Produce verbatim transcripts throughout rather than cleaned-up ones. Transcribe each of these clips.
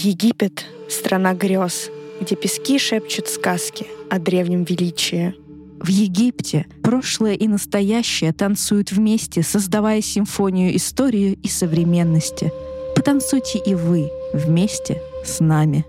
Египет — страна грез, где пески шепчут сказки о древнем величии. В Египте прошлое и настоящее танцуют вместе, создавая симфонию истории и современности. Потанцуйте и вы вместе с нами.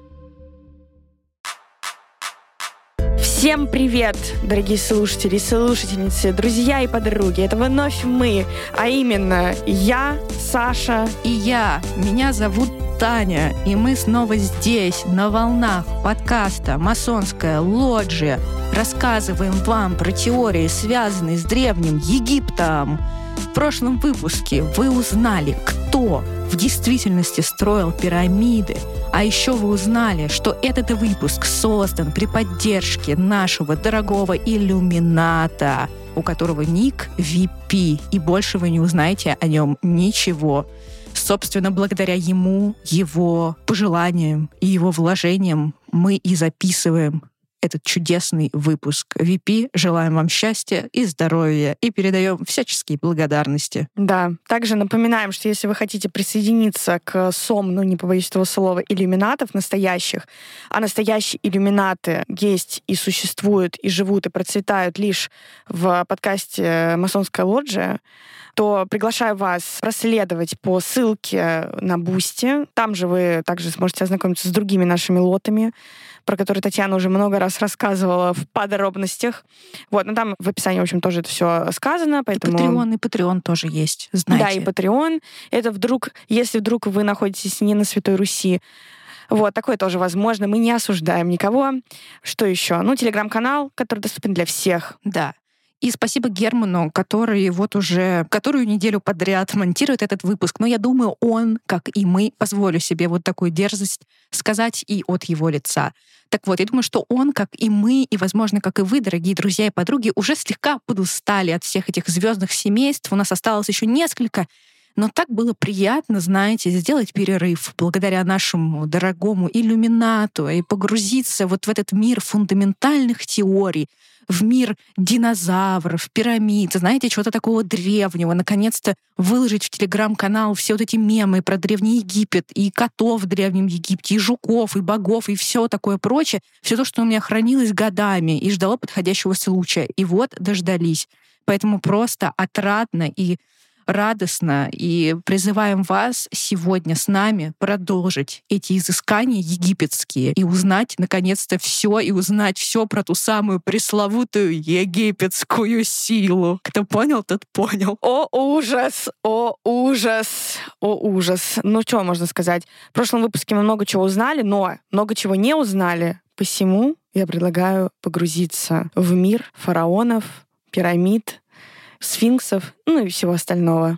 Всем привет, дорогие слушатели, слушательницы, друзья и подруги. Это вновь мы, а именно я, Саша. И я. Меня зовут Таня. И мы снова здесь, на волнах подкаста «Масонская лоджия». Рассказываем вам про теории, связанные с Древним Египтом. В прошлом выпуске вы узнали, кто в действительности строил пирамиды. А еще вы узнали, что этот выпуск создан при поддержке нашего дорогого иллюмината, у которого ник ви пи, и больше вы не узнаете о нем ничего. Собственно, благодаря ему, его пожеланиям и его вложениям мы и записываем этот чудесный выпуск. ви пи, желаем вам счастья и здоровья и передаем всяческие благодарности. Да, также напоминаем, что если вы хотите присоединиться к сом, ну не побоюсь этого слова, иллюминатов настоящих, а настоящие иллюминаты есть и существуют, и живут, и процветают лишь в подкасте «Масонская лоджия», то приглашаю вас проследовать по ссылке на Бусти. Там же вы также сможете ознакомиться с другими нашими лотами, про которые Татьяна уже много раз рассказывала в подробностях. Вот, но там в описании, в общем, тоже это все сказано, поэтому... И Patreon, и Patreon тоже есть, знаете. Да, и Patreon. Это вдруг, если вдруг вы находитесь не на Святой Руси, вот, такое тоже возможно. Мы не осуждаем никого. Что еще? Ну, телеграм-канал, который доступен для всех. Да. И спасибо Герману, который вот уже которую неделю подряд монтирует этот выпуск. Но я думаю, он, как и мы, позволю себе вот такую дерзость сказать и от его лица. Так вот, я думаю, что он, как и мы, и, возможно, как и вы, дорогие друзья и подруги, уже слегка подустали от всех этих звездных семейств. У нас осталось еще несколько. Но так было приятно, знаете, сделать перерыв благодаря нашему дорогому иллюминату и погрузиться вот в этот мир фундаментальных теорий, в мир динозавров, пирамид, знаете, чего-то такого древнего. Наконец-то выложить в телеграм-канал все вот эти мемы про Древний Египет, и котов в Древнем Египте, и жуков, и богов, и все такое прочее. Все то, что у меня хранилось годами и ждало подходящего случая. И вот дождались. Поэтому просто отрадно и радостно, и призываем вас сегодня с нами продолжить эти изыскания египетские и узнать, наконец-то, все и узнать все про ту самую пресловутую египетскую силу. Кто понял, тот понял. О, ужас! О, ужас! О, ужас! Ну, что можно сказать? В прошлом выпуске мы много чего узнали, но много чего не узнали. Посему я предлагаю погрузиться в мир фараонов, пирамид, сфинксов, ну и всего остального.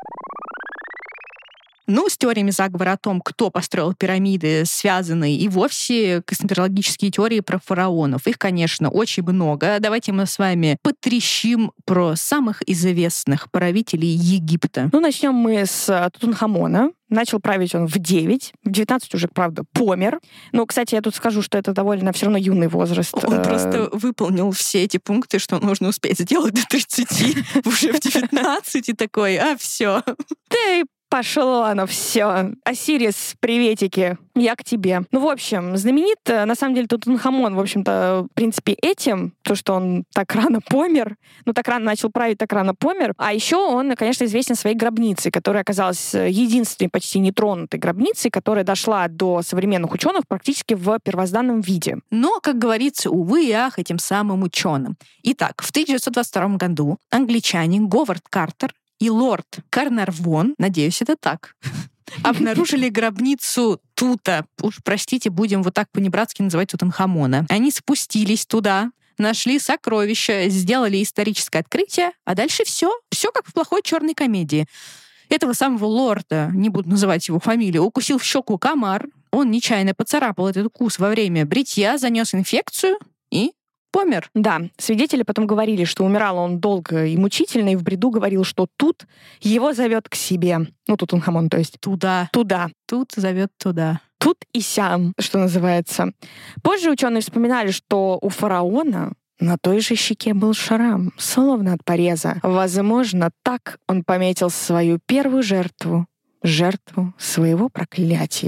Ну, с теориями заговора о том, кто построил пирамиды, связаны и вовсе конспирологические теории про фараонов. Их, конечно, очень много. Давайте мы с вами потрещим про самых известных правителей Египта. Ну, начнем мы с Тутанхамона. Начал править он в девять. В девятнадцать уже, правда, помер. Но, кстати, я тут скажу, что это довольно все равно юный возраст. Он просто выполнил все эти пункты, что нужно успеть сделать до тридцати, уже в девятнадцать, и такой, а все. Да и пошло оно все. Осирис, приветики. Я к тебе. Ну, в общем, знаменит, на самом деле, Тутанхамон, в общем-то, в принципе, этим, то, что он так рано помер, ну, так рано начал править, так рано помер. А еще он, конечно, известен своей гробницей, которая оказалась единственной почти нетронутой гробницей, которая дошла до современных ученых практически в первозданном виде. Но, как говорится, увы и ах этим самым ученым. Итак, в тысяча девятьсот двадцать втором году англичане Говард Картер и лорд Карнарвон, надеюсь, это так, обнаружили гробницу Тута. Уж простите, будем вот так по-небратски называть Тутанхамона. Они спустились туда, нашли сокровища, сделали историческое открытие, а дальше все, все как в плохой черной комедии. Этого самого лорда, не буду называть его фамилию, укусил в щеку комар. Он нечаянно поцарапал этот укус во время бритья, занес инфекцию и помер. Да, свидетели потом говорили, что умирал он долго и мучительно, и в бреду говорил, что тут его зовет к себе. Ну, Тутанхамон, то есть. Туда. Туда. Тут зовет туда. Тут и сям, что называется. Позже ученые вспоминали, что у фараона на той же щеке был шрам, словно от пореза. Возможно, так он пометил свою первую жертву, жертву своего проклятия.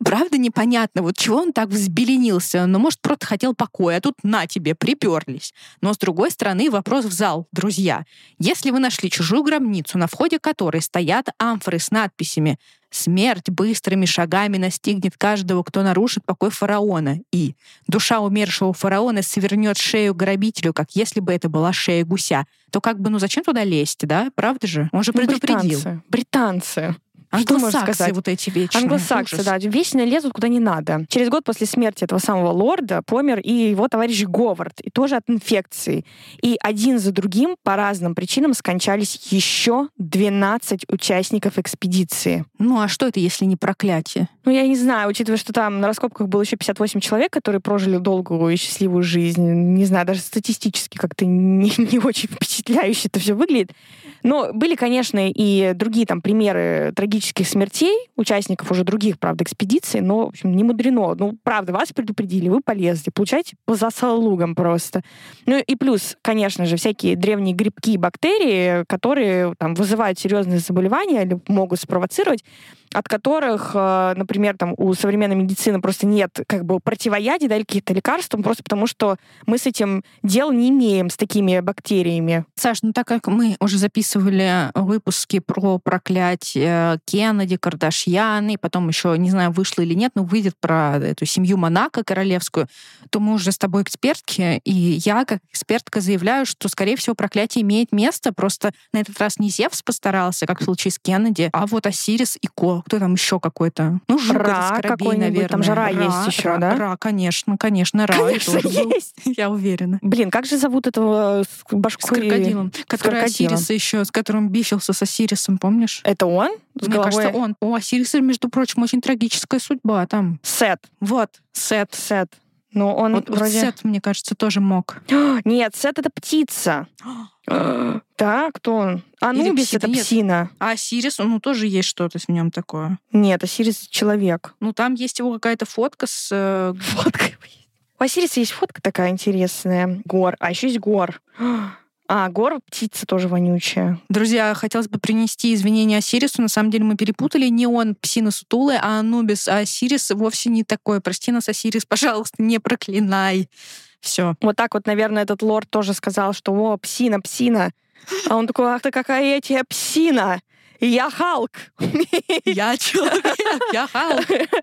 правда непонятно, вот чего он так взбеленился. Ну, может, просто хотел покоя, а тут на тебе, приперлись. Но, с другой стороны, вопрос в зал. Друзья, если вы нашли чужую гробницу, на входе которой стоят амфоры с надписями «Смерть быстрыми шагами настигнет каждого, кто нарушит покой фараона», и «Душа умершего фараона свернет шею грабителю, как если бы это была шея гуся», то как бы, ну зачем туда лезть, да? Правда же? Он же Ну, предупредил. британцы. Британцы. Англосаксы вот эти вечные. Англосаксы, Ужас. да, вечно лезут куда не надо. Через год после смерти этого самого лорда помер и его товарищ Говард, и тоже от инфекции. И один за другим по разным причинам скончались еще двенадцать участников экспедиции. Ну а что это, если не проклятие? Ну, я не знаю, учитывая, что там на раскопках было еще пятьдесят восемь человек, которые прожили долгую и счастливую жизнь. Не знаю, даже статистически как-то не, не очень впечатляюще это все выглядит. Но были, конечно, и другие там примеры трагических смертей участников уже других, правда, экспедиций, но, в общем, не мудрено. Ну, правда, вас предупредили, вы полезли, получаете по заслугам просто. Ну и плюс, конечно же, всякие древние грибки и бактерии, которые там вызывают серьезные заболевания или могут спровоцировать, от которых, например, там, у современной медицины просто нет как бы противоядия, да, или каких-то лекарств, просто потому что мы с этим дел не имеем, с такими бактериями. Саш, ну так как мы уже записывали выпуски про проклятие Кеннеди, Кардашьян, и потом еще, не знаю, вышло или нет, но выйдет про эту семью Монако королевскую, то мы уже с тобой экспертки, и я, как экспертка, заявляю, что, скорее всего, проклятие имеет место, просто на этот раз не Зевс постарался, как в случае с Кеннеди, а вот Осирис и Ко. Кто там еще какой-то? Ну, жук Ра скоробей, наверное. Там же Ра, Ра есть еще, Ра, да? Ра, конечно, конечно, Ра. Конечно, есть. Я уверена. Блин, как же зовут этого с башкой? С крокодилом. Который Осириса еще, с которым бифился с Осирисом, помнишь? Это он? С Мне головой... кажется, он. У Осириса, между прочим, очень трагическая судьба там. Сет. Вот, Сет. Сет. Ну, он вот, вроде... вот Сет, мне кажется, тоже мог. Нет, Сет — это птица. Да, кто он? Анубис — это псина. А Осирис, ну, тоже есть что-то в нем такое. Нет, Осирис — человек. Ну, там есть его какая-то фотка с... Э... Фоткой. У Осириса есть фотка такая интересная. Гор. А еще есть Гор. А, Гор — птица тоже вонючая. Друзья, хотелось бы принести извинения Осирису. На самом деле мы перепутали. Не он псина сутулая, а Анубис. А Осирис вовсе не такой. Прости нас, Осирис, пожалуйста, не проклинай. Все. Вот так вот, наверное, этот лорд тоже сказал, что «О, псина, псина». А он такой: ах ты какая я тебе псина! Я Халк. Я человек, я Халк.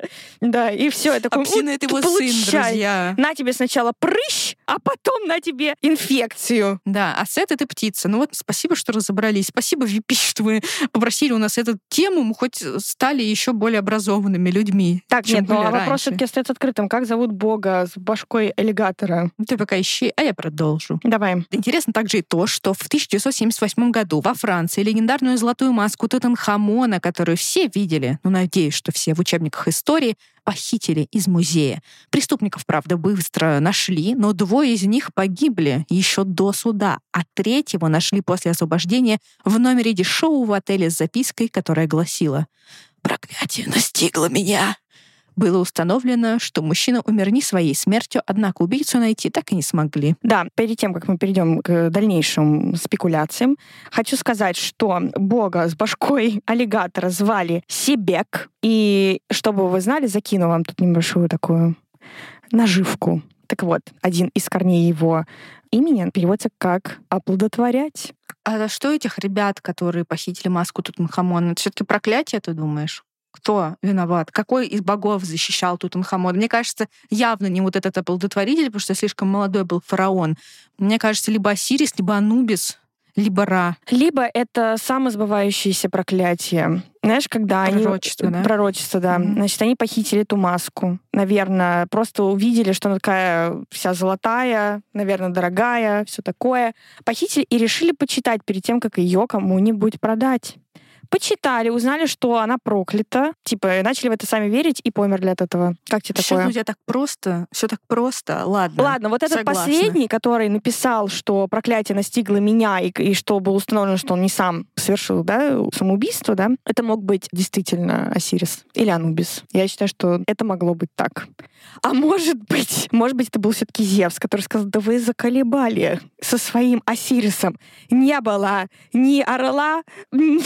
Да, и все. Это а псина — это его сын, друзья. На тебе сначала прыщ, а потом на тебе инфекцию. Да, а Сет — это птица. Ну вот спасибо, что разобрались. Спасибо, ви пи, что вы попросили у нас эту тему. Мы хоть стали еще более образованными людьми. Так, нет, ну а вопрос раньше. все-таки остается открытым. Как зовут бога с башкой аллигатора? Ты пока ищи, а я продолжу. Давай. Интересно также и то, что в тысяча девятьсот семьдесят восьмом году во Франции легендарную золотую маску Тутанхамона, которую все видели, ну, надеюсь, что все в учебниках истории, похитили из музея. Преступников, правда, быстро нашли, но двое из них погибли еще до суда, а третьего нашли после освобождения в номере дешевого отеля с запиской, которая гласила: «Проклятие настигло меня». Было установлено, что мужчина умер не своей смертью, однако убийцу найти так и не смогли. Да, перед тем, как мы перейдем к дальнейшим спекуляциям, хочу сказать, что бога с башкой аллигатора звали Себек. И чтобы вы знали, закину вам тут небольшую такую наживку. Так вот, один из корней его имени переводится как «оплодотворять». А что этих ребят, которые похитили маску Тутанхамона, это все-таки проклятие, ты думаешь? Кто виноват? Какой из богов защищал Тутанхамона? Мне кажется, явно не вот этот оплодотворитель, потому что слишком молодой был фараон. Мне кажется, либо Осирис, либо Анубис, либо Ра. Либо это самосбывающееся проклятие. Знаешь, когда Пророчество, они... да? Пророчество, да. Mm-hmm. Значит, они похитили эту маску. Наверное, просто увидели, что она такая вся золотая, наверное, дорогая, все такое. Похитили и решили почитать перед тем, как ее кому-нибудь продать. Почитали, узнали, что она проклята. Типа, начали в это сами верить и померли от этого. Как тебе Сейчас такое? у тебя так просто, все так просто. Ладно. Ладно, вот этот согласна. Последний, который написал, что проклятие настигло меня, и, и что было установлено, что он не сам совершил, да, самоубийство, да, это мог быть действительно Осирис или Анубис. Я считаю, что это могло быть так. А может быть, может быть, это был все-таки Зевс, который сказал: да вы заколебали со своим Осирисом. Не было ни орла, ни крыла,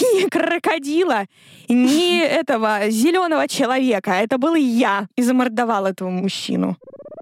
крокодила, ни этого зеленого человека. Это был я. И замордовал этого мужчину.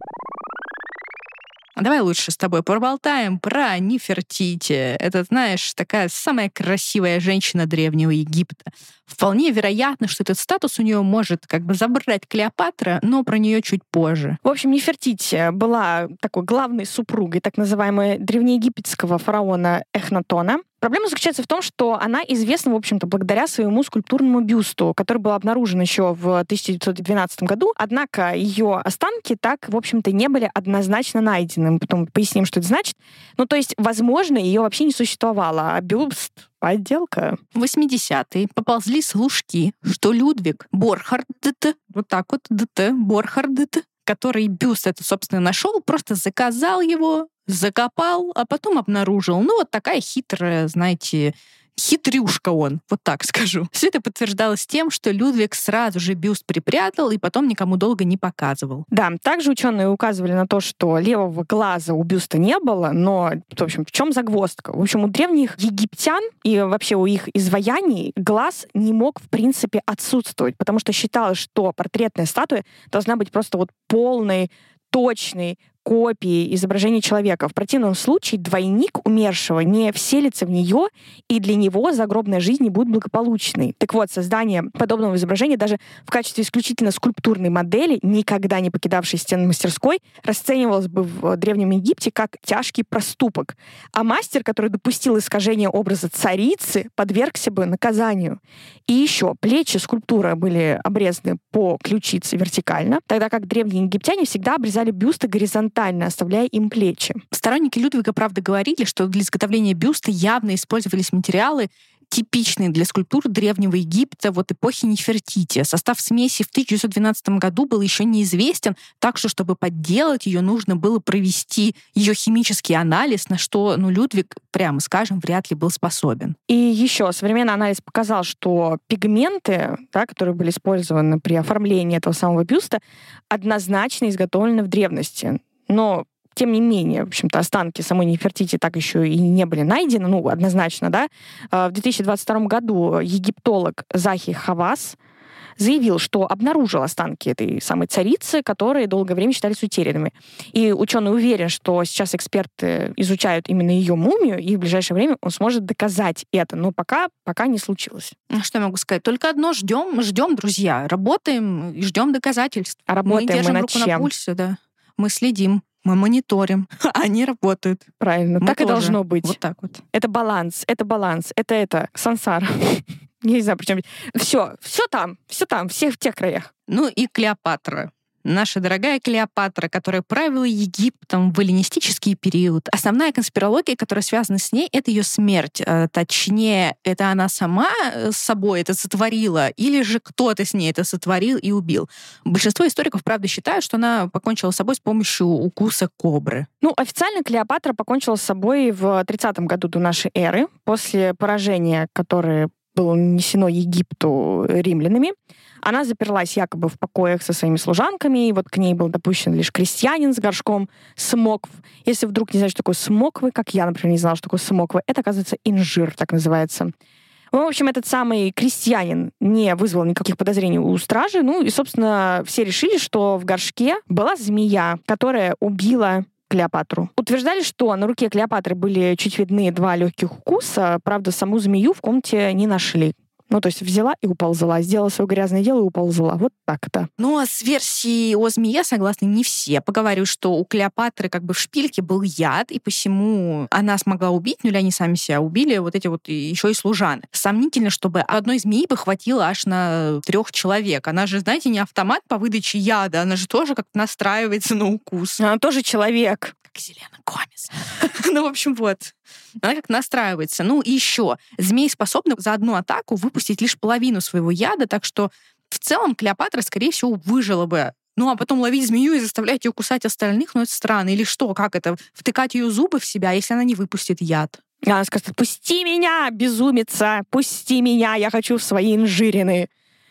Давай лучше с тобой поболтаем про Нефертити. Это, знаешь, такая самая красивая женщина Древнего Египта. Вполне вероятно, что этот статус у нее может как бы забрать Клеопатра, но про нее чуть позже. В общем, Нефертити была такой главной супругой так называемого древнеегипетского фараона Эхнатона. Проблема заключается в том, что она известна, в общем-то, благодаря своему скульптурному бюсту, который был обнаружен еще в тысяча девятьсот двенадцатом году. Однако ее останки так, в общем-то, не были однозначно найдены. Мы потом поясним, что это значит. Ну, то есть, возможно, ее вообще не существовало, а бюст — подделка. В восьмидесятые поползли слушки, что Людвиг Борхардт, вот так вот, ДТ, Борхардт, который бюст это, собственно, нашел, просто заказал его, закопал, а потом обнаружил. Ну, вот такая хитрая, знаете, хитрюшка он, вот так скажу. Все это подтверждалось тем, что Людвиг сразу же бюст припрятал и потом никому долго не показывал. Да, также ученые указывали на то, что левого глаза у бюста не было, но, в общем, в чем загвоздка? В общем, у древних египтян и вообще у их изваяний глаз не мог, в принципе, отсутствовать, потому что считалось, что портретная статуя должна быть просто вот полной, точной копии изображения человека. В противном случае двойник умершего не вселится в нее, и для него загробная жизнь не будет благополучной. Так вот, создание подобного изображения даже в качестве исключительно скульптурной модели, никогда не покидавшей стены мастерской, расценивалось бы в Древнем Египте как тяжкий проступок. А мастер, который допустил искажение образа царицы, подвергся бы наказанию. И еще, плечи скульптуры были обрезаны по ключице вертикально, тогда как древние египтяне всегда обрезали бюсты горизонтально, оставляя им плечи. Сторонники Людвига, правда, говорили, что для изготовления бюста явно использовались материалы, типичные для скульптур Древнего Египта вот эпохи Нефертити. Состав смеси в тысяча девятьсот двенадцатом году был еще неизвестен, так что, чтобы подделать ее, нужно было провести ее химический анализ, на что, ну, Людвиг, прямо скажем, вряд ли был способен. И еще современный анализ показал, что пигменты, да, которые были использованы при оформлении этого самого бюста, однозначно изготовлены в древности. Но тем не менее, в общем-то, останки самой Нефертити так еще и не были найдены, ну, однозначно, да. В две тысячи двадцать втором году египтолог Захи Хавас заявил, что обнаружил останки этой самой царицы, которые долгое время считались утерянными. И ученый уверен, что сейчас эксперты изучают именно ее мумию, и в ближайшее время он сможет доказать это. Но пока, пока не случилось. Что я могу сказать? Только одно: ждем, ждем, друзья. Работаем и ждем доказательств. А работаем мы держим мы руку над чем? на пульсе, да. Мы следим. Мы мониторим, они работают. Правильно, Мы так тоже. и должно быть. Вот так вот. Это баланс, это баланс, это это, сансара. Я не знаю, причем. Все, все там, все там, все в тех краях. Ну и Клеопатра. Наша дорогая Клеопатра, которая правила Египтом в эллинистический период. Основная конспирология, которая связана с ней, это ее смерть. Точнее, это она сама с собой это сотворила, или же кто-то с ней это сотворил и убил. Большинство историков, правда, считают, что она покончила с собой с помощью укуса кобры. Ну, официально Клеопатра покончила с собой в тридцатом году до нашей эры, после поражения, которое было нанесено Египту римлянами. Она заперлась якобы в покоях со своими служанками, и вот к ней был допущен лишь крестьянин с горшком смокв. Если вдруг не знаешь, что такое смоквы, как я, например, не знала, что такое смоквы, это, оказывается, инжир, так называется. В общем, этот самый крестьянин не вызвал никаких подозрений у стражи, ну и, собственно, все решили, что в горшке была змея, которая убила Клеопатру. Утверждали, что на руке Клеопатры были чуть видны два легких укуса, правда, саму змею в комнате не нашли. Ну, то есть взяла и уползла, сделала свое грязное дело и уползла. Вот так-то. Ну, а с версией о змее согласны не все. Поговорю, что у Клеопатры как бы в шпильке был яд, и посему она смогла убить, ну или они сами себя убили, вот эти вот еще и служанок. Сомнительно, чтобы одной змеи бы хватило аж на трех человек. Она же, знаете, не автомат по выдаче яда, она же тоже как-то настраивается на укус. Она тоже человек. Как Селена Гомес. Ну, в общем, вот. Она как настраивается. Ну, и еще. Змеи способны за одну атаку выпустить лишь половину своего яда, так что в целом Клеопатра, скорее всего, выжила бы. Ну, а потом ловить змею и заставлять ее кусать остальных, ну, это странно. Или что, как это? Втыкать ее зубы в себя, если она не выпустит яд? И она скажет: пусти меня, безумица, пусти меня, я хочу в свои инжирины.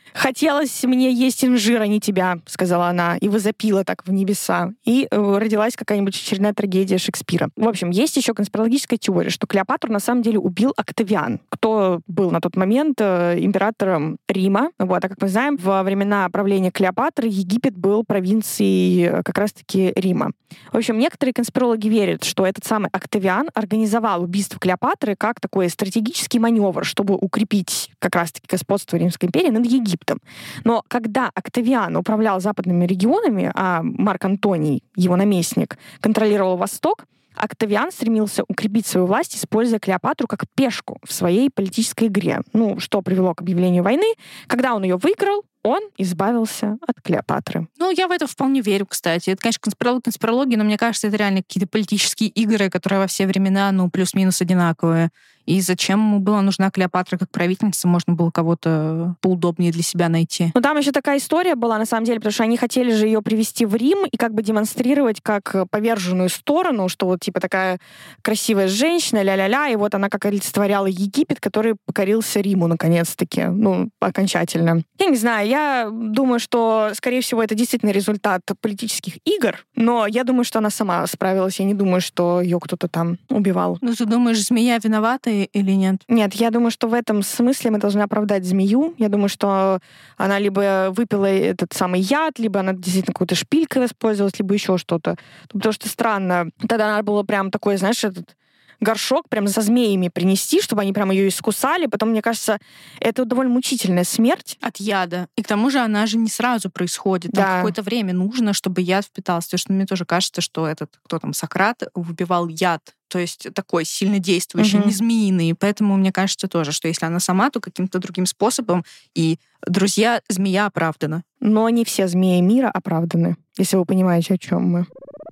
«Хотелось мне есть инжир, а не тебя», — сказала она, и возопила так в небеса. И э, родилась какая-нибудь очередная трагедия Шекспира. В общем, есть еще конспирологическая теория, что Клеопатру на самом деле убил Октавиан, кто был на тот момент э, императором Рима. Вот, а как мы знаем, во времена правления Клеопатры Египет был провинцией э, как раз-таки Рима. В общем, некоторые конспирологи верят, что этот самый Октавиан организовал убийство Клеопатры как такой стратегический маневр, чтобы укрепить как раз-таки господство Римской империи над Египтом. Но когда Октавиан управлял западными регионами, а Марк Антоний, его наместник, контролировал Восток, Октавиан стремился укрепить свою власть, используя Клеопатру как пешку в своей политической игре. Ну, что привело к объявлению войны. Когда он ее выиграл, он избавился от Клеопатры. Ну, я в это вполне верю, кстати. Это, конечно, конспирология, конспирология, но мне кажется, это реально какие-то политические игры, которые во все времена, ну, плюс-минус одинаковые. И зачем ему была нужна Клеопатра как правительница? Можно было кого-то поудобнее для себя найти. Ну, там еще такая история была, на самом деле, потому что они хотели же ее привести в Рим и как бы демонстрировать как поверженную сторону, что вот, типа, такая красивая женщина, ля-ля-ля, и вот она как олицетворяла Египет, который покорился Риму, наконец-таки, ну, окончательно. Я не знаю, я думаю, что, скорее всего, это действительно результат политических игр, но я думаю, что она сама справилась, я не думаю, что ее кто-то там убивал. Ну, ты думаешь, змея виновата или нет? Нет, я думаю, что в этом смысле мы должны оправдать змею. Я думаю, что она либо выпила этот самый яд, либо она действительно какой-то шпилькой воспользовалась, либо еще что-то. Потому что странно. Тогда надо было прям такой, знаешь, этот горшок прям со змеями принести, чтобы они прям ее искусали. Потом, мне кажется, это довольно мучительная смерть. От яда. И к тому же она же не сразу происходит. Там Да. какое-то время нужно, чтобы яд впитался. Потому что мне тоже кажется, что этот, кто там, Сократ, выпивал яд. То есть такой сильно действующий, Мгм. не змеиный. Поэтому мне кажется тоже, что если она сама, то каким-то другим способом. И, друзья, змея оправдана. Но не все змеи мира оправданы, если вы понимаете, о чем мы.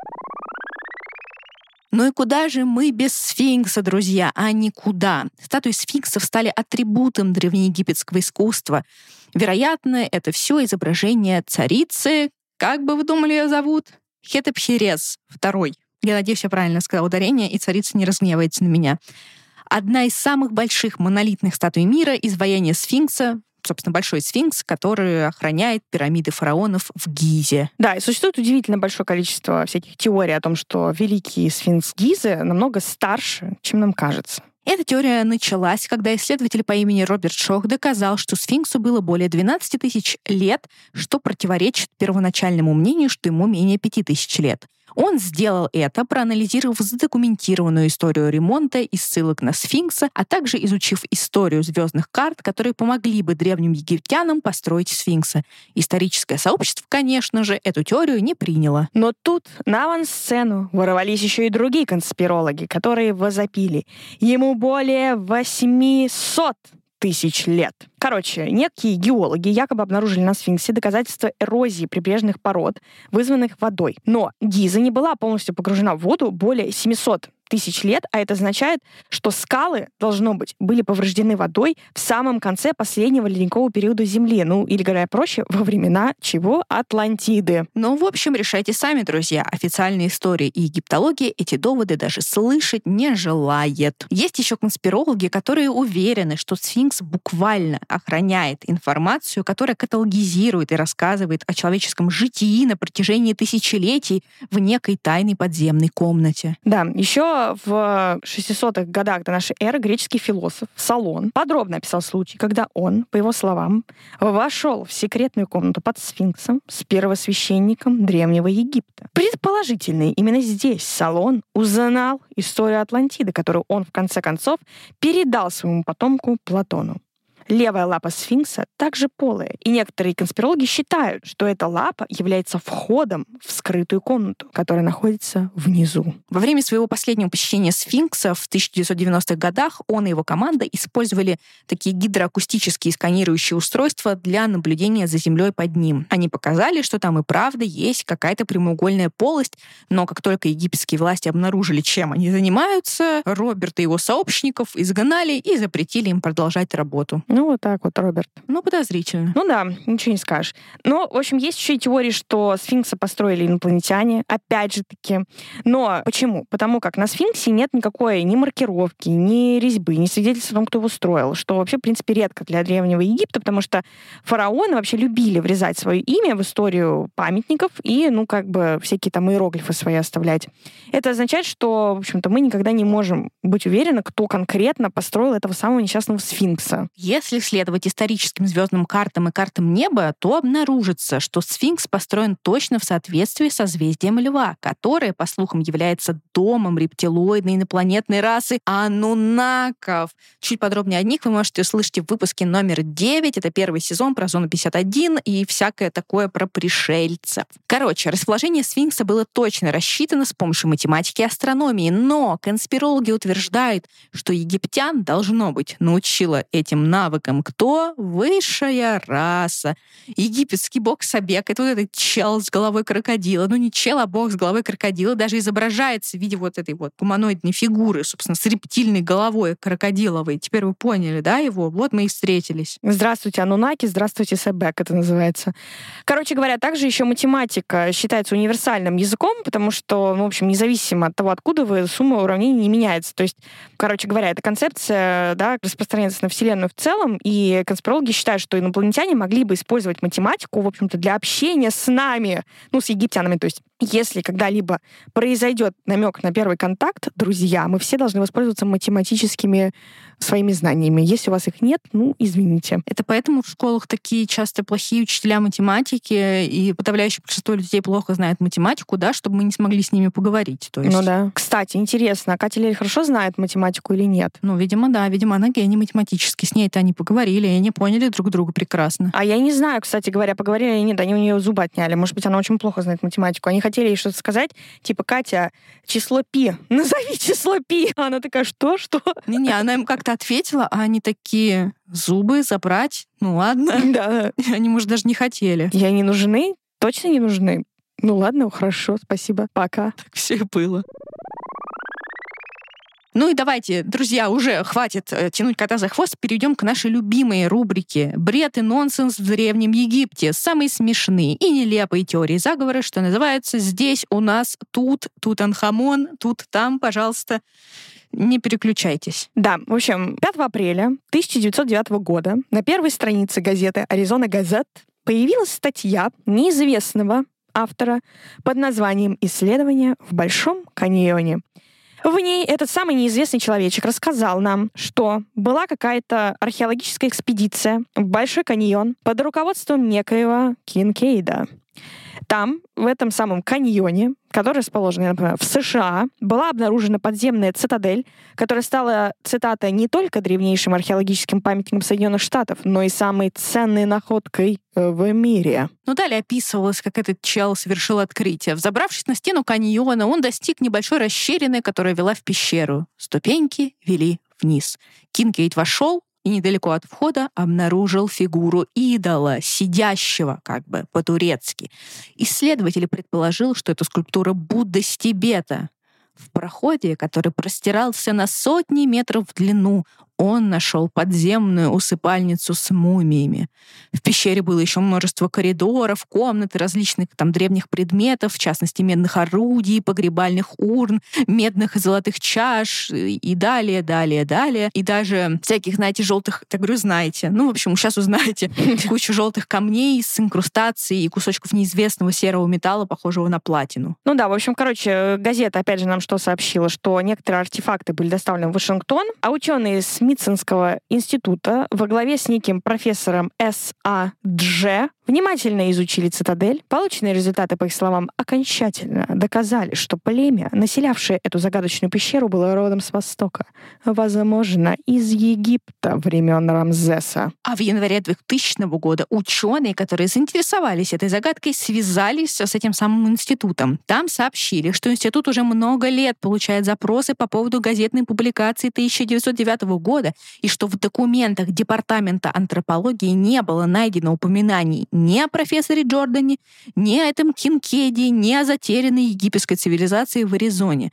Ну и куда же мы без сфинкса, друзья? А никуда. Статуи сфинксов стали атрибутом древнеегипетского искусства. Вероятно, это все изображение царицы. Как бы вы думали, ее зовут? Хетепхерес второй. Я надеюсь, я правильно сказала ударение, и царица не разгневается на меня. Одна из самых больших монолитных статуй мира — изваяние сфинкса, собственно, большой сфинкс, который охраняет пирамиды фараонов в Гизе. Да, и существует удивительно большое количество всяких теорий о том, что великий сфинкс Гизы намного старше, чем нам кажется. Эта теория началась, когда исследователь по имени Роберт Шох доказал, что сфинксу было более двенадцать тысяч лет, что противоречит первоначальному мнению, что ему менее пять тысяч лет. Он сделал это, проанализировав задокументированную историю ремонта и ссылок на сфинкса, а также изучив историю звездных карт, которые помогли бы древним египтянам построить сфинкса. Историческое сообщество, конечно же, эту теорию не приняло. Но тут на авансцену ворвались еще и другие конспирологи, которые возопили: ему более восемьсот тысяч лет. Короче, некие геологи якобы обнаружили на сфинксе доказательства эрозии прибрежных пород, вызванных водой. Но Гиза не была полностью погружена в воду более семисот тысяч лет, а это означает, что скалы, должно быть, были повреждены водой в самом конце последнего ледникового периода Земли. Ну, или, говоря проще, во времена чего? Атлантиды. Ну, в общем, решайте сами, друзья. Официальная история и египтология эти доводы даже слышать не желает. Есть еще конспирологи, которые уверены, что сфинкс буквально охраняет информацию, которая каталогизирует и рассказывает о человеческом житии на протяжении тысячелетий в некой тайной подземной комнате. Да, еще в шестисотых годах до нашей эры греческий философ Солон подробно описал случай, когда он, по его словам, вошел в секретную комнату под сфинксом с первосвященником Древнего Египта. Предположительно, именно здесь Солон узнал историю Атлантиды, которую он, в конце концов, передал своему потомку Платону. Левая лапа сфинкса также полая, и некоторые конспирологи считают, что эта лапа является входом в скрытую комнату, которая находится внизу. Во время своего последнего посещения сфинкса в тысяча девятьсот девяностых годах он и его команда использовали такие гидроакустические сканирующие устройства для наблюдения за землей под ним. Они показали, что там и правда есть какая-то прямоугольная полость, но как только египетские власти обнаружили, чем они занимаются, Роберта и его сообщников изгнали и запретили им продолжать работу. Ну, вот так вот, Роберт. Ну, подозрительно. Ну да, ничего не скажешь. Но, в общем, есть еще и теория, что сфинкса построили инопланетяне, опять же таки. Но почему? Потому как на сфинксе нет никакой ни маркировки, ни резьбы, ни свидетельства о том, кто его строил, что вообще, в принципе, редко для Древнего Египта, потому что фараоны вообще любили врезать свое имя в историю памятников и, ну, как бы, всякие там иероглифы свои оставлять. Это означает, что, в общем-то, мы никогда не можем быть уверены, кто конкретно построил этого самого несчастного сфинкса. Если следовать историческим звездным картам и картам неба, то обнаружится, что сфинкс построен точно в соответствии со созвездием Льва, которое, по слухам, является домом рептилоидной инопланетной расы ануннаков. Чуть подробнее о них вы можете услышать в выпуске номер девять. Это первый сезон про зону пятьдесят один и всякое такое про пришельцев. Короче, расположение сфинкса было точно рассчитано с помощью математики и астрономии, но конспирологи утверждают, что египтян, должно быть, научила этим навыкам кто? Высшая раса. Египетский бог Собек — это вот этот чел с головой крокодила. Ну, не чел, а бог с головой крокодила. Даже изображается в виде вот этой вот гуманоидной фигуры, собственно, с рептильной головой крокодиловой. Теперь вы поняли, да, его? Вот мы и встретились. Здравствуйте, Анунаки, здравствуйте, Себек, это называется. Короче говоря, также еще математика считается универсальным языком, потому что, ну, в общем, независимо от того, откуда вы, сумма уравнений не меняется. То есть, короче говоря, эта концепция, да, распространяется на Вселенную в целом, и конспирологи считают, что инопланетяне могли бы использовать математику, в общем-то, для общения с нами, ну, с египтянами. То есть, если когда-либо произойдет намек на первый контакт, друзья, мы все должны воспользоваться математическими своими знаниями. Если у вас их нет, ну, извините. Это поэтому в школах такие часто плохие учителя математики, и подавляющее большинство людей плохо знает математику, да, чтобы мы не смогли с ними поговорить. То есть... Ну да. Кстати, интересно, а Катя Лель хорошо знает математику или нет? Ну, видимо, да. Видимо, она гений математический. С ней-то они поговорили, и они поняли друг друга прекрасно. А я не знаю, кстати говоря, поговорили или нет. Они у нее зубы отняли. Может быть, она очень плохо знает математику. Они хотели ей что-то сказать, типа, Катя, число пи, назови число пи. А она такая, что, что? Не-не, она им как-то ответила, а они такие, зубы забрать? Ну ладно. Да. Они, может, даже не хотели. Ей не нужны? Точно не нужны? Ну ладно, хорошо, спасибо, пока. Так все и было. Ну и давайте, друзья, уже хватит э, тянуть кота за хвост, перейдем к нашей любимой рубрике «Бред и нонсенс в Древнем Египте». Самые смешные и нелепые теории заговора, что называется «Здесь у нас тут, Тутанхамон, тут там, пожалуйста». Не переключайтесь. Да, в общем, пятого апреля тысяча девятьсот девятого года на первой странице газеты «Аризона Газет» появилась статья неизвестного автора под названием «Исследование в Большом каньоне». В ней этот самый неизвестный человечек рассказал нам, что была какая-то археологическая экспедиция в Большой каньон под руководством некоего Кинкейда. Там, в этом самом каньоне, который расположен, я напоминаю, в США, была обнаружена подземная цитадель, которая стала, цитата, не только древнейшим археологическим памятником Соединенных Штатов, но и самой ценной находкой в мире. Ну, далее описывалось, как этот чел совершил открытие. Взобравшись на стену каньона, он достиг небольшой расщелины, которая вела в пещеру. Ступеньки вели вниз. Кинкейд вошел и недалеко от входа обнаружил фигуру идола, сидящего как бы по-турецки. Исследователь предположил, что это скульптура Будды с Тибета. В проходе, который простирался на сотни метров в длину, он нашел подземную усыпальницу с мумиями. В пещере было еще множество коридоров, комнат и различных там древних предметов, в частности, медных орудий, погребальных урн, медных и золотых чаш и далее, далее, далее. И даже всяких, знаете, желтых, так говорю, знаете. Ну, в общем, сейчас узнаете. Кучу желтых камней с инкрустацией и кусочков неизвестного серого металла, похожего на платину. Ну да, в общем, короче, газета, опять же, нам что сообщила, что некоторые артефакты были доставлены в Вашингтон, а ученые с Смитсонского института во главе с неким профессором С А Дж внимательно изучили цитадель. Полученные результаты, по их словам, окончательно доказали, что племя, населявшее эту загадочную пещеру, было родом с Востока. Возможно, из Египта времен Рамзеса. А в январе двухтысячного года ученые, которые заинтересовались этой загадкой, связались с этим самым институтом. Там сообщили, что институт уже много лет получает запросы по поводу газетной публикации тысяча девятьсот девятого года, и что в документах Департамента антропологии не было найдено упоминаний ни о профессоре Джордане, ни о этом Кинкейде, ни о затерянной египетской цивилизации в Аризоне.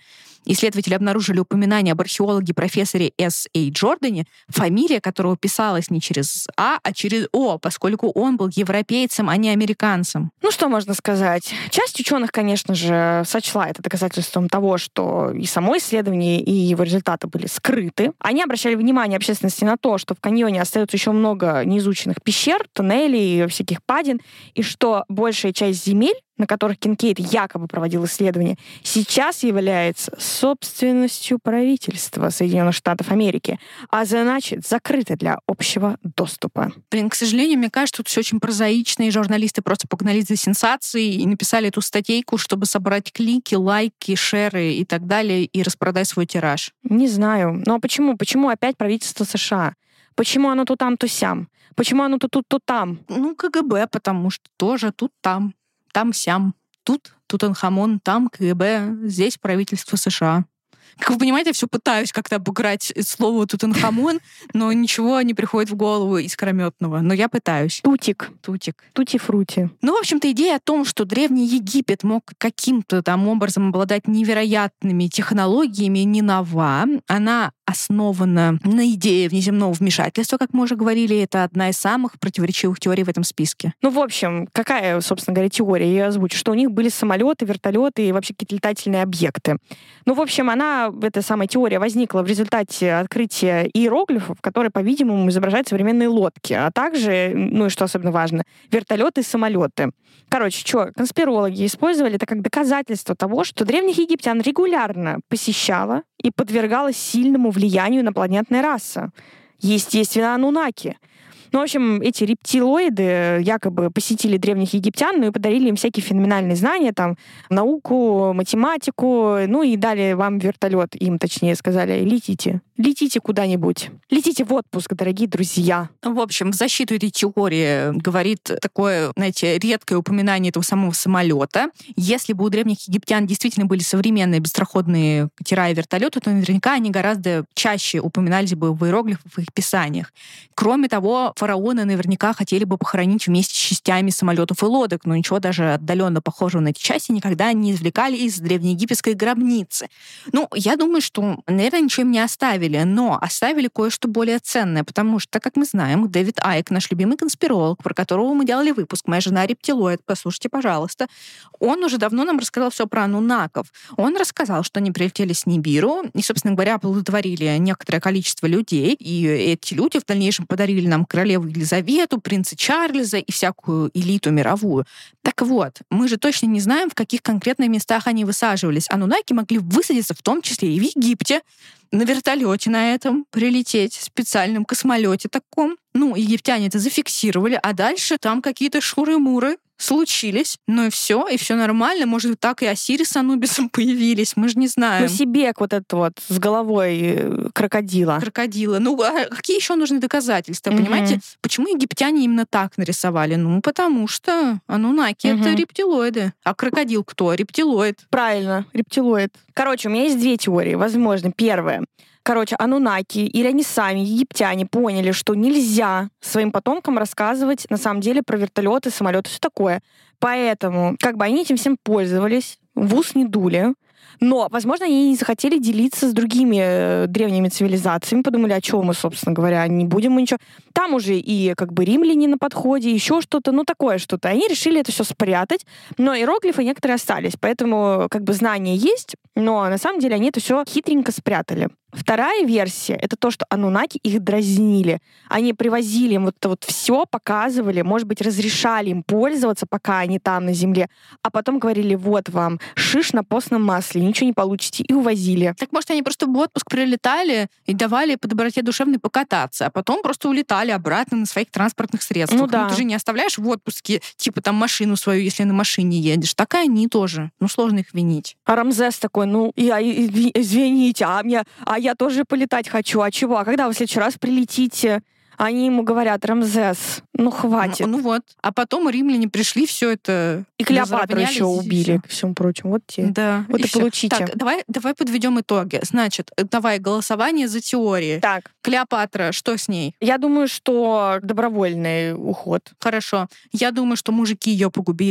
исследователи обнаружили упоминание об археологе профессоре С. А. Джордане, фамилия которого писалась не через А, а через О, поскольку он был европейцем, а не американцем. Ну, что можно сказать? Часть ученых, конечно же, сочла это доказательством того, что и само исследование, и его результаты были скрыты. Они обращали внимание общественности на то, что в каньоне остается еще много неизученных пещер, туннелей, всяких падин, и что большая часть земель, на которых Кинкейд якобы проводил исследования, сейчас является собственностью правительства Соединенных Штатов Америки, а значит, закрыто для общего доступа. Блин, к сожалению, мне кажется, тут все очень прозаично, и журналисты просто погнались за сенсацией и написали эту статейку, чтобы собрать клики, лайки, шеры и так далее, и распродать свой тираж. Не знаю. Ну а почему? Почему опять правительство США? Почему оно то там, то сям? Почему оно то тут, то там? Ну, КГБ, потому что тоже тут-там. Там-сям. Тут Тутанхамон, там КГБ, здесь правительство США. Как вы понимаете, я все пытаюсь как-то обыграть слово Тутанхамон, но ничего не приходит в голову искрометного. Но я пытаюсь. Тутик. Тутик. Тути-фрути. Ну, в общем-то, идея о том, что Древний Египет мог каким-то там образом обладать невероятными технологиями, не нова. Она основана на идее внеземного вмешательства, как мы уже говорили. Это одна из самых противоречивых теорий в этом списке. Ну, в общем, какая, собственно говоря, теория? Я озвучу, что у них были самолеты, вертолеты и вообще какие-то летательные объекты. Ну, в общем, она, эта самая теория, возникла в результате открытия иероглифов, которые, по-видимому, изображают современные лодки, а также, ну и что особенно важно, вертолеты и самолеты. Короче, что, конспирологи использовали это как доказательство того, что древних египтян регулярно посещала и подвергалась сильному влиянию инопланетная раса. Естественно, анунаки. Ну, в общем, эти рептилоиды якобы посетили древних египтян, ну и подарили им всякие феноменальные знания, там, науку, математику, ну и дали вам вертолет, им точнее сказали, летите. Летите куда-нибудь. Летите в отпуск, дорогие друзья. В общем, в защиту этой теории говорит такое, знаете, редкое упоминание этого самого самолета. Если бы у древних египтян действительно были современные быстроходные катера и вертолеты, то наверняка они гораздо чаще упоминались бы в иероглифах и их писаниях. Кроме того, фараоны наверняка хотели бы похоронить вместе с частями самолетов и лодок, но ничего даже отдаленно похожего на эти части никогда не извлекали из древнеегипетской гробницы. Ну, я думаю, что, наверное, ничего им не оставили, но оставили кое-что более ценное, потому что, как мы знаем, Дэвид Айк, наш любимый конспиролог, про которого мы делали выпуск «Моя жена рептилоид», послушайте, пожалуйста, он уже давно нам рассказал все про анунаков. Он рассказал, что они прилетели с Нибиру и, собственно говоря, оплодотворили некоторое количество людей, и эти люди в дальнейшем подарили нам королеву Елизавету, принца Чарльза и всякую элиту мировую. Так вот, мы же точно не знаем, в каких конкретных местах они высаживались. Анунаки могли высадиться в том числе и в Египте, на вертолете на этом прилететь, в специальном космолете таком. Ну, египтяне это зафиксировали, а дальше там какие-то шуры-муры случились. Ну и все, и все нормально. Может, так и Осирис с Анубисом появились, мы же не знаем. Ну, Себек вот этот вот с головой крокодила. Крокодила. Ну, а какие еще нужны доказательства, mm-hmm. понимаете? Почему египтяне именно так нарисовали? Ну, потому что анунаки mm-hmm. — это рептилоиды. А крокодил кто? Рептилоид. Правильно, рептилоид. Короче, у меня есть две теории. Возможно, первая. Короче, анунаки или они сами, египтяне, поняли, что нельзя своим потомкам рассказывать на самом деле про вертолеты, самолеты, все такое. Поэтому как бы они этим всем пользовались, в ус не дули. Но, возможно, они не захотели делиться с другими э, древними цивилизациями, подумали, а чего мы, собственно говоря, не будем мы ничего. Там уже и как бы римляне на подходе, еще что-то, ну такое что-то. Они решили это все спрятать, но иероглифы некоторые остались, поэтому как бы знания есть, но на самом деле они это все хитренько спрятали. Вторая версия — это то, что анунаки их дразнили. Они привозили им вот это вот все, показывали, может быть, разрешали им пользоваться, пока они там на земле, а потом говорили, вот вам шиш на постном масле, ничего не получите, и увозили. Так может, они просто в отпуск прилетали и давали по доброте душевной покататься, а потом просто улетали обратно на своих транспортных средствах. Ну да. Ну, ты же не оставляешь в отпуске, типа там машину свою, если на машине едешь. Так и они тоже. Ну, сложно их винить. А Рамзес такой, ну, я, извините, а мне... А я тоже полетать хочу. А чего? А когда вы в следующий раз прилетите? Они ему говорят, Рамзес, ну хватит. Ну, ну вот. А потом римляне пришли, все это... И Клеопатру еще убили, ко всему прочему. Вот те. Да. Вот и, и получите. Так, давай, давай подведем итоги. Значит, давай голосование за теории. Так. Клеопатра, что с ней? Я думаю, что добровольный уход. Хорошо. Я думаю, что мужики ее погубили.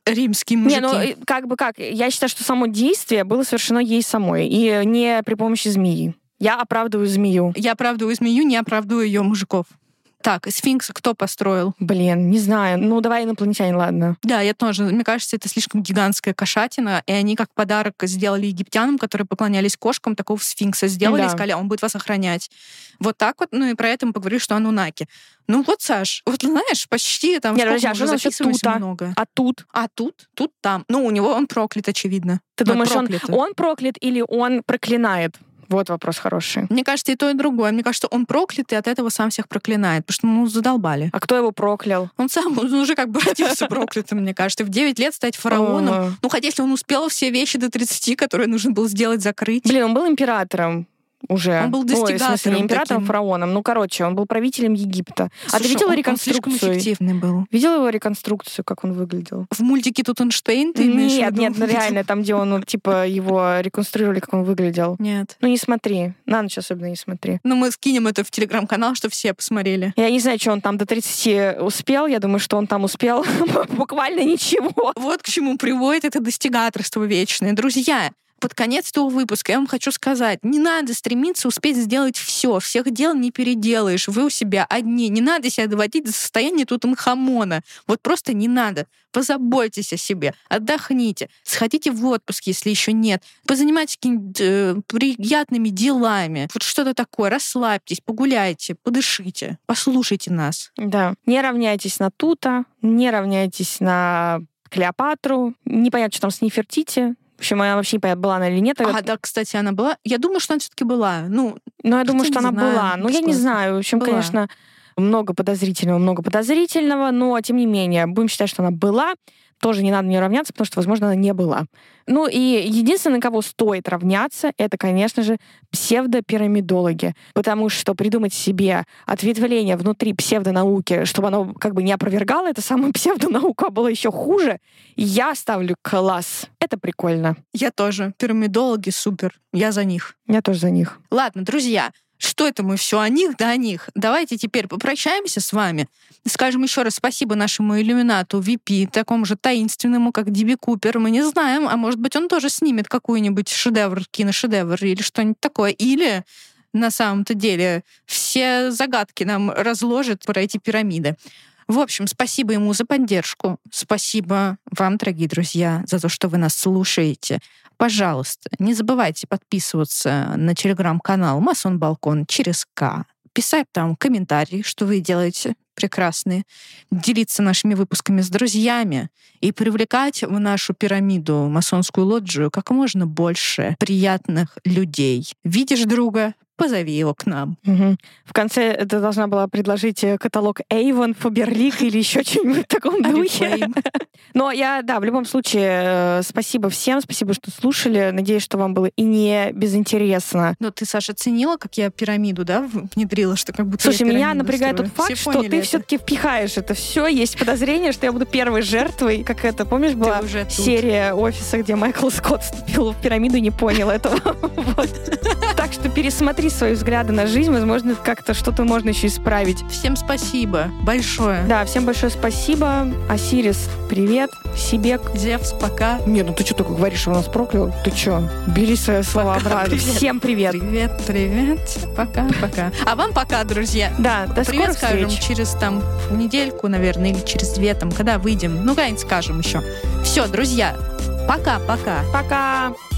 римские мужики. Не, ну как бы как, я считаю, что само действие было совершено ей самой, и не при помощи змеи. Я оправдываю змею. Я оправдываю змею, не оправдываю ее мужиков. Так, сфинкса кто построил? Блин, не знаю. Ну, давай инопланетяне, ладно. Да, я тоже. Мне кажется, это слишком гигантская кошатина, и они как подарок сделали египтянам, которые поклонялись кошкам, такого сфинкса сделали, да. И сказали, он будет вас охранять. Вот так вот, ну и про это мы поговорили, что анунаки. Ну вот, Саш, вот знаешь, почти там Нет, подожди, а что значит тут, много. А тут? А тут? Тут там. Ну, у него он проклят, очевидно. Ты думаешь, он, он проклят или он проклинает? Вот вопрос хороший. Мне кажется, и то, и другое. Мне кажется, он проклят, и от этого сам всех проклинает, потому что, ну, задолбали. А кто его проклял? Он сам, он уже как бы родился проклятым, мне кажется. В девять лет стать фараоном. Ну, хотя если он успел все вещи до тридцати, которые нужно было сделать, закрыть. Блин, он был императором. Уже. Он был достигатором. Ой, в смысле, не императором, таким. фараоном. Ну, короче, он был правителем Египта. Слушай, а ты видела он, реконструкцию? Он слишком эффективный был. Видела его реконструкцию, как он выглядел? В мультике Тутенштейн ты имеешь в виду? Нет, нет, ну реально, там, где он, ну, типа, его реконструировали, как он выглядел. Нет. Ну, не смотри. На ночь особенно не смотри. Ну, мы скинем это в телеграм-канал, чтобы все посмотрели. Я не знаю, что он там до тридцати успел. Я думаю, что он там успел буквально ничего. Вот к чему приводит это достигаторство вечное. Друзья, под конец этого выпуска я вам хочу сказать, не надо стремиться успеть сделать все, всех дел не переделаешь, вы у себя одни, не надо себя доводить до состояния Тутанхамона, вот просто не надо. Позаботьтесь о себе, отдохните, сходите в отпуск, если еще нет, позанимайтесь какими-то э, приятными делами, вот что-то такое, расслабьтесь, погуляйте, подышите, послушайте нас. Да, не равняйтесь на Тута, не равняйтесь на Клеопатру, непонятно, что там с Нефертити. В общем, она вообще не понятно, была она или нет. А, да, кстати, она была. Я думаю, что она все-таки была. Ну, ну я думаю, что она знаю, была. Ну, я не знаю. В общем, была. Конечно, много подозрительного, много подозрительного, но, тем не менее, будем считать, что она была. Тоже не надо на нее равняться, потому что, возможно, она не была. Ну и единственное, на кого стоит равняться, это, конечно же, псевдопирамидологи. Потому что придумать себе ответвление внутри псевдонауки, чтобы оно как бы не опровергало эту самую псевдонауку, а было еще хуже, я ставлю класс. Это прикольно. Я тоже. Пирамидологи супер. Я за них. Я тоже за них. Ладно, друзья, что это мы все о них, да о них. Давайте теперь попрощаемся с вами. Скажем еще раз спасибо нашему иллюминату ви пи, такому же таинственному, как Ди Би Купер. Мы не знаем, а может быть, он тоже снимет какой-нибудь шедевр, киношедевр или что-нибудь такое. Или на самом-то деле все загадки нам разложит про эти пирамиды. В общем, спасибо ему за поддержку. Спасибо вам, дорогие друзья, за то, что вы нас слушаете. Пожалуйста, не забывайте подписываться на телеграм-канал «Масон Балкон» через К, писать там комментарии, что вы делаете прекрасные, делиться нашими выпусками с друзьями и привлекать в нашу пирамиду, масонскую лоджию, как можно больше приятных людей. Видишь друга? Позови его к нам. Угу. В конце ты должна была предложить каталог Avon, Faberlic или еще что-нибудь в таком духе. Но я, да, в любом случае, спасибо всем, спасибо, что слушали. Надеюсь, что вам было и не безинтересно. Но ты, Саша, оценила, как я пирамиду, да, внедрила, что как будто Слушай, я меня напрягает строю. тот факт, Все что ты это. все-таки впихаешь это все. Есть подозрение, что я буду первой жертвой. Как это, помнишь, была уже серия «Офиса», где Майкл Скотт вступил в пирамиду и не понял этого. Так что пересмотри свои взгляды на жизнь, возможно, как-то что-то можно еще исправить. Всем спасибо большое. Да, всем большое спасибо. Осирис, привет. Сибек. Зевс, пока. Не, ну ты что только говоришь, что он нас проклял? Ты что? Бери свои слова обратно. Всем привет. Привет, привет. Пока, пока. А вам пока, друзья. Да, до привет скорых скажем встреч. Через там недельку, наверное, или через две, там, когда выйдем. Ну, когда-нибудь скажем еще. Все, друзья, пока-пока. Пока.